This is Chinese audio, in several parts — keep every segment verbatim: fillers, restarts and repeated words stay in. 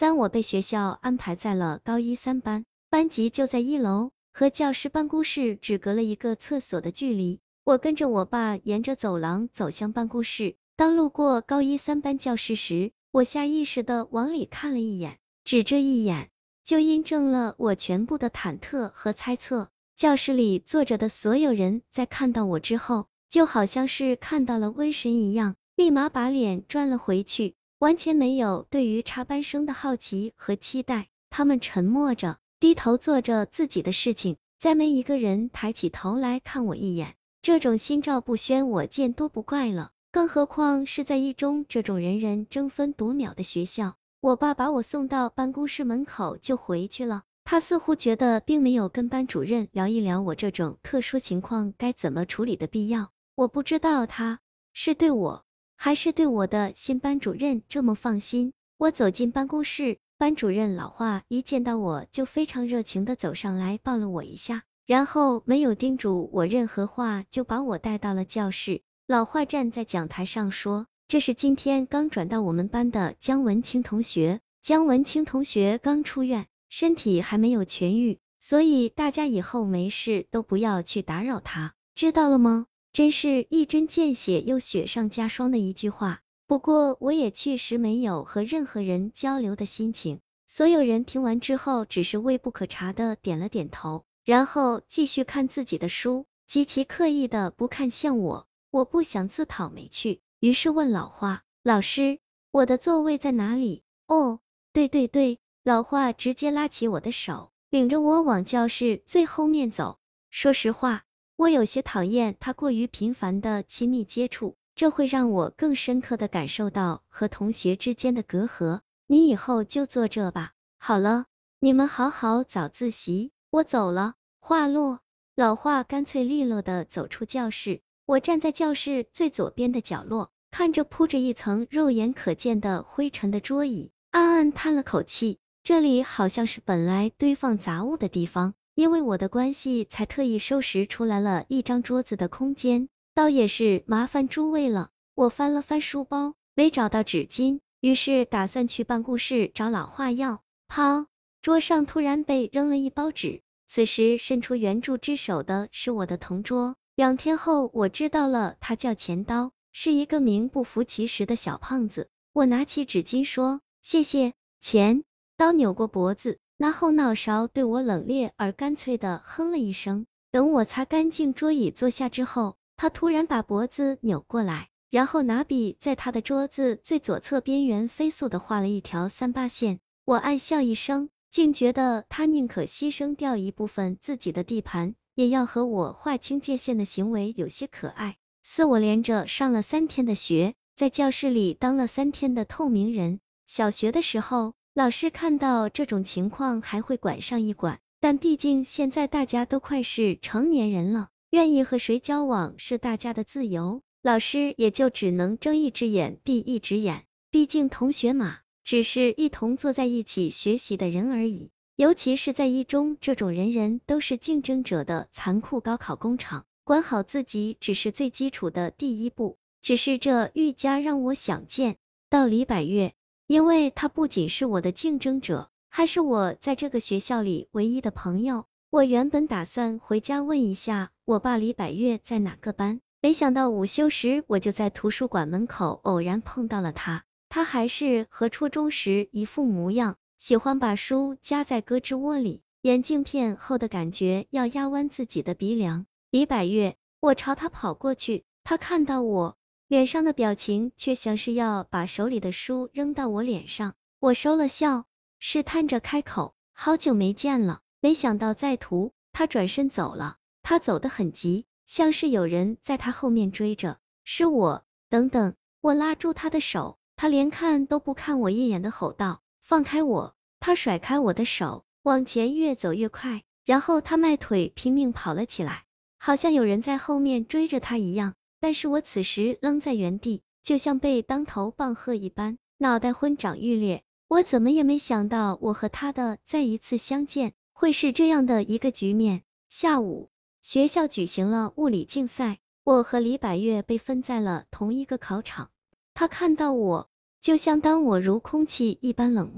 当我被学校安排在了高一三班，班级就在一楼，和教师办公室只隔了一个厕所的距离。我跟着我爸沿着走廊走向办公室，当路过高一三班教室时，我下意识的往里看了一眼，只这一眼就印证了我全部的忐忑和猜测。教室里坐着的所有人在看到我之后，就好像是看到了瘟神一样，立马把脸转了回去，完全没有对于插班生的好奇和期待。他们沉默着，低头做着自己的事情，再没一个人抬起头来看我一眼。这种心照不宣我见多不怪了，更何况是在一中这种人人争分夺秒的学校。我爸把我送到办公室门口就回去了，他似乎觉得并没有跟班主任聊一聊我这种特殊情况该怎么处理的必要。我不知道他是对我还是对我的新班主任这么放心。我走进办公室，班主任老华一见到我就非常热情的走上来抱了我一下，然后没有叮嘱我任何话就把我带到了教室。老华站在讲台上说，这是今天刚转到我们班的姜文清同学，姜文清同学刚出院，身体还没有痊愈，所以大家以后没事都不要去打扰他，知道了吗？真是一针见血又雪上加霜的一句话。不过我也确实没有和任何人交流的心情。所有人听完之后只是微不可察的点了点头，然后继续看自己的书，极其刻意的不看向我。我不想自讨没趣，于是问老华，老师，我的座位在哪里？哦，对对对，老华直接拉起我的手，领着我往教室最后面走。说实话，我有些讨厌他过于频繁的亲密接触，这会让我更深刻的感受到和同学之间的隔阂。你以后就坐这吧。好了，你们好好早自习，我走了。话落，老华干脆利落的走出教室。我站在教室最左边的角落，看着铺着一层肉眼可见的灰尘的桌椅，暗暗叹了口气。这里好像是本来堆放杂物的地方，因为我的关系才特意收拾出来了一张桌子的空间，倒也是麻烦诸位了。我翻了翻书包，没找到纸巾，于是打算去办公室找老华要。啪！桌上突然被扔了一包纸，此时伸出援助之手的是我的同桌。两天后我知道了，他叫钱刀，是一个名不副其实的小胖子。我拿起纸巾说，谢谢。钱刀扭过脖子，拿后脑勺对我冷冽而干脆的哼了一声。等我擦干净桌椅坐下之后，他突然把脖子扭过来，然后拿笔在他的桌子最左侧边缘飞速的画了一条三八线。我暗笑一声，竟觉得他宁可牺牲掉一部分自己的地盘，也要和我划清界限的行为有些可爱。四我连着上了三天的学，在教室里当了三天的透明人。小学的时候，老师看到这种情况还会管上一管，但毕竟现在大家都快是成年人了，愿意和谁交往是大家的自由，老师也就只能睁一只眼闭一只眼，毕竟同学嘛，只是一同坐在一起学习的人而已。尤其是在一中这种人人都是竞争者的残酷高考工厂，管好自己只是最基础的第一步。只是这愈加让我想见到李百月，因为他不仅是我的竞争者，还是我在这个学校里唯一的朋友。我原本打算回家问一下我爸李百月在哪个班，没想到午休时我就在图书馆门口偶然碰到了他。他还是和初中时一副模样，喜欢把书夹在胳肢窝里，眼镜片厚的感觉要压弯自己的鼻梁。李百月，我朝他跑过去，他看到我，脸上的表情却像是要把手里的书扔到我脸上。我收了笑，试探着开口，好久没见了。没想到在途，他转身走了，他走得很急，像是有人在他后面追着。是我，等等，我拉住他的手，他连看都不看我一眼的吼道，放开我。他甩开我的手，往前越走越快，然后他迈腿拼命跑了起来，好像有人在后面追着他一样。但是我此时愣在原地，就像被当头棒喝一般，脑袋昏长欲裂。我怎么也没想到我和他的再一次相见会是这样的一个局面。下午，学校举行了物理竞赛，我和李百月被分在了同一个考场。他看到我，就像当我如空气一般冷漠，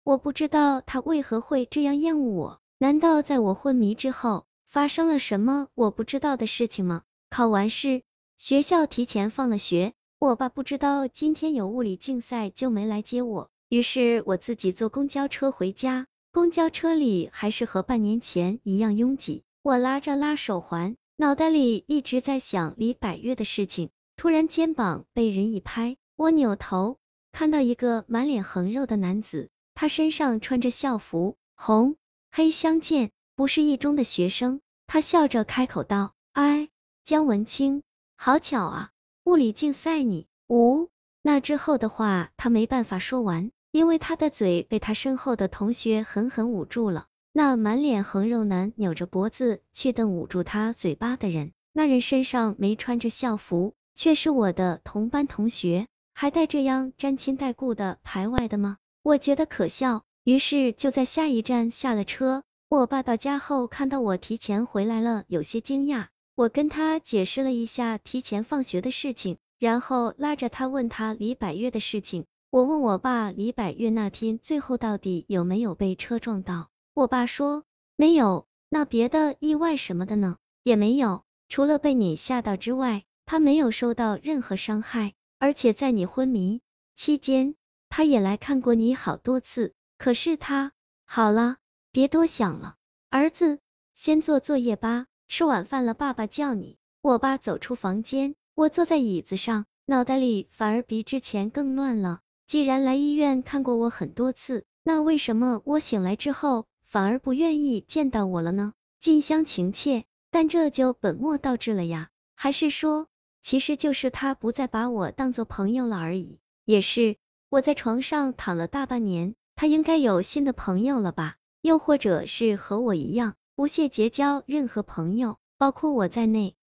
我不知道他为何会这样厌恶我，难道在我昏迷之后，发生了什么我不知道的事情吗？考完试，学校提前放了学，我爸不知道今天有物理竞赛就没来接我，于是我自己坐公交车回家。公交车里还是和半年前一样拥挤，我拉着拉手环，脑袋里一直在想李百月的事情。突然肩膀被人一拍，我扭头看到一个满脸横肉的男子，他身上穿着校服，红黑相间，不是一中的学生。他笑着开口道：哎，姜文清，好巧啊，物理竞赛你，呜、哦。那之后的话他没办法说完，因为他的嘴被他身后的同学狠狠捂住了。那满脸横肉男扭着脖子去瞪捂住他嘴巴的人，那人身上没穿着校服，却是我的同班同学，还带这样沾亲带故的排外的吗？我觉得可笑，于是就在下一站下了车。我爸到家后看到我提前回来了，有些惊讶。我跟他解释了一下提前放学的事情，然后拉着他问他李百月的事情。我问我爸李百月那天最后到底有没有被车撞到，我爸说没有。那别的意外什么的呢？也没有，除了被你吓到之外，他没有受到任何伤害，而且在你昏迷期间，他也来看过你好多次。可是他……好了，别多想了，儿子，先做作业吧，吃晚饭了爸爸叫你。我爸走出房间，我坐在椅子上，脑袋里反而比之前更乱了。既然来医院看过我很多次，那为什么我醒来之后反而不愿意见到我了呢？近乡情怯，但这就本末倒置了呀。还是说，其实就是他不再把我当做朋友了而已。也是，我在床上躺了大半年，他应该有新的朋友了吧？又或者是和我一样，不屑结交任何朋友，包括我在内。